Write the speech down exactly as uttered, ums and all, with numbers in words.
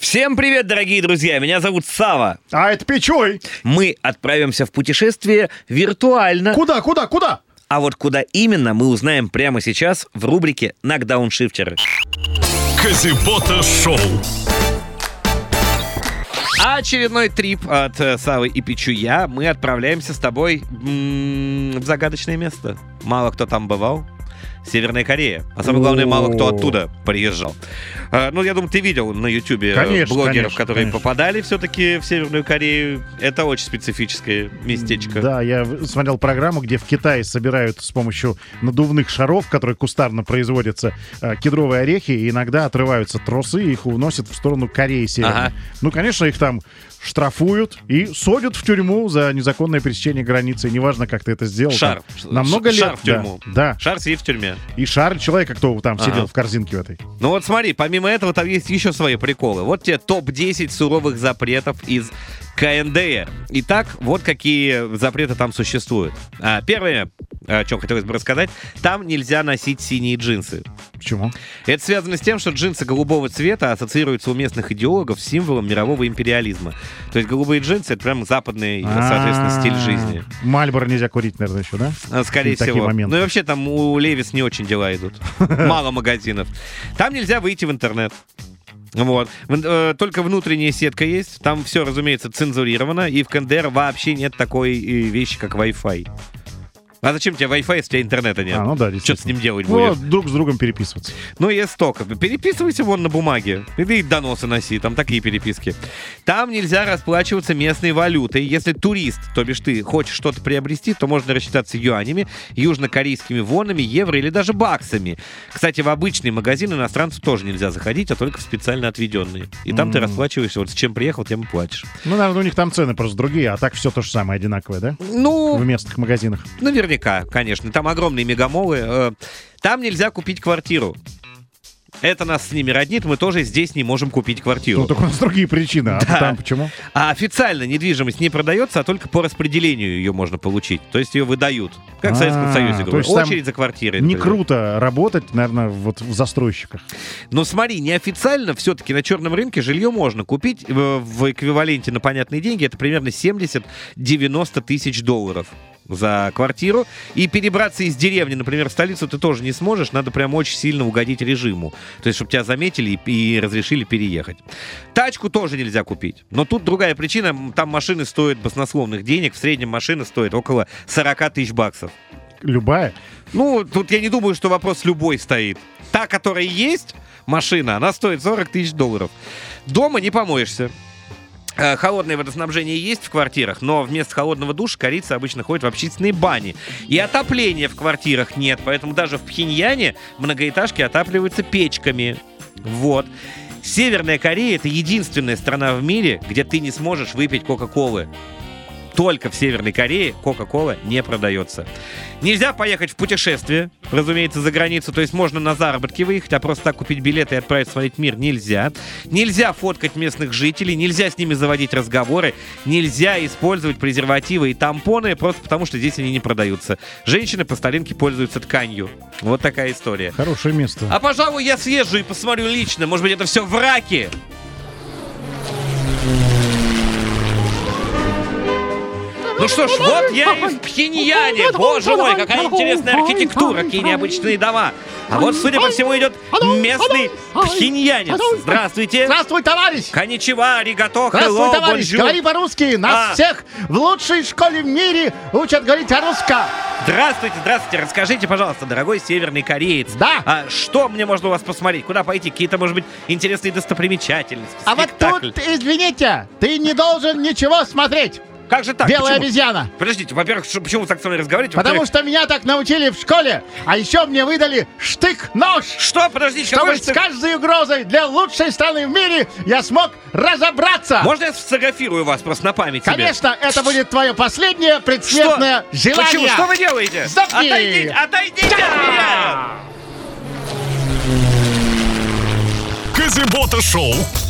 Всем привет, дорогие друзья! Меня зовут Сава. А это Пичуй. Мы отправимся в путешествие виртуально. Куда, куда, куда? А вот куда именно, мы узнаем прямо сейчас в рубрике «Нокдауншифтеры». Казибота Шоу. А очередной трип от э, Савы и Пичуя. Мы отправляемся с тобой м- в загадочное место. Мало кто там бывал. Северная Корея. А самое главное, мало кто оттуда приезжал. А, ну, я думаю, ты видел на Ютубе блогеров, конечно, которые конечно. попадали все-таки в Северную Корею. Это очень специфическое местечко. Да, я смотрел программу, где в Китае собирают с помощью надувных шаров, которые кустарно производятся, э, кедровые орехи, и иногда отрываются тросы, и их уносят в сторону Кореи Северной. Ага. Ну, конечно, их там штрафуют и садят в тюрьму за незаконное пересечение границы. Неважно, как ты это сделал. Шар. Там, на много лет. Шар в тюрьму. Да, да. Шар сидит в тюрьме. И шар человека, кто там Ага. сидел в корзинке в этой. Ну вот смотри, помимо этого там есть еще свои приколы. Вот тебе топ десять суровых запретов из ка эн дэ эр. Итак, вот какие запреты там существуют. А, первое, о чем хотелось бы рассказать, там нельзя носить синие джинсы. Почему? Это связано с тем, что джинсы голубого цвета ассоциируются у местных идеологов с символом мирового империализма. То есть голубые джинсы — это прям западный, соответственно, стиль жизни. Мальборо нельзя курить, наверное, еще, да? А, Скорее Такие всего. моменты. Ну и вообще там у Левис не очень дела идут. Мало магазинов. Там нельзя выйти в интернет. Вот. В- э, Только внутренняя сетка есть. Там все, разумеется, цензурировано. И в ка эн дэ эр вообще нет такой э, вещи, как Wi-Fi. А зачем тебе Wi-Fi, если у тебя интернета нет? А, ну да, Что ты с действительно. ним делать Ну, будешь? друг с другом переписываться. Ну, есть столько. Переписывайся вон на бумаге. И доносы носи, там такие переписки. Там нельзя расплачиваться местной валютой. Если турист, то бишь ты, хочешь что-то приобрести, то можно рассчитаться юанями, южнокорейскими вонами, евро или даже баксами. Кстати, в обычный магазин иностранцу тоже нельзя заходить, а только в специально отведенные. И там ты М. расплачиваешься, вот с чем приехал, тем и платишь. Ну, наверное, у них там цены просто другие, а так все то же самое, одинаковое, да? Ну, В местных магазинах. наверняка, конечно. Там огромные мегамолы. Э, Там нельзя купить квартиру. Это нас с ними роднит, мы тоже здесь не можем купить квартиру. Ну, только у нас другие причины. А Да. там почему? А официально недвижимость не продается, а только по распределению ее можно получить. То есть ее выдают. Как в Советском А, Союзе то говорят. есть там Очередь за квартирой. Не например. круто работать, наверное, вот в застройщиках. Но смотри, неофициально все-таки на черном рынке жилье можно купить э, в эквиваленте на понятные деньги. Это примерно семьдесят-девяносто тысяч долларов за квартиру. И перебраться из деревни, например, в столицу ты тоже не сможешь. Надо прям очень сильно угодить режиму. То есть, чтобы тебя заметили и, и разрешили переехать. Тачку тоже нельзя купить. Но тут другая причина. Там машины стоят баснословных денег. В среднем машина стоит около сорок тысяч баксов. Любая. Ну, тут я не думаю, что вопрос любой стоит. Та, которая есть, машина, она стоит сорок тысяч долларов. Дома не помоешься. Э, Холодное водоснабжение есть в квартирах, но вместо холодного душа корейцы обычно ходят в общественные бани. И отопления в квартирах нет, поэтому даже в Пхеньяне многоэтажки отапливаются печками. Вот. Северная Корея — это единственная страна в мире, где ты не сможешь выпить Кока-Колы. Только в Северной Корее Кока-Кола не продается. Нельзя поехать в путешествие, разумеется, за границу. То есть можно на заработки выехать, а просто так купить билеты и отправиться смотреть мир нельзя. Нельзя фоткать местных жителей, нельзя с ними заводить разговоры, нельзя использовать презервативы и тампоны, просто потому что здесь они не продаются. Женщины по старинке пользуются тканью. Вот такая история. Хорошее место. А, пожалуй, я съезжу и посмотрю лично. Может быть, это все враки? Ну что ж, вот я и в Пхеньяне. Боже мой, какая интересная архитектура, какие необычные дома. А вот, судя по всему, идет местный пхеньянец. Здравствуйте. Здравствуй, товарищ! Коничева, аригато, Здравствуй, hello, товарищ! bonjour. Говори по-русски! Нас А. всех в лучшей школе в мире учат говорить по-русски! Здравствуйте, здравствуйте. Расскажите, пожалуйста, дорогой северный кореец. Да. А что мне можно у вас посмотреть? Куда пойти? Какие-то, может быть, интересные достопримечательности, А вот спектакль? тут, извините, ты не должен ничего смотреть! Как же так? Белая Почему? обезьяна! Подождите, во-первых, что- почему вы так со мной разговариваете? Потому Во-вторых, что меня так научили в школе, а еще мне выдали штык-нож! Что? Подождите, Чтобы какой с штык? каждой угрозой для лучшей страны в мире я смог разобраться! Можно я сфотографирую вас просто на память себе? Конечно, это будет твое последнее Что? предсмертное желание! Почему? Что вы делаете? Заткни! Отойдите, отойдите от меня! Казибота Шоу.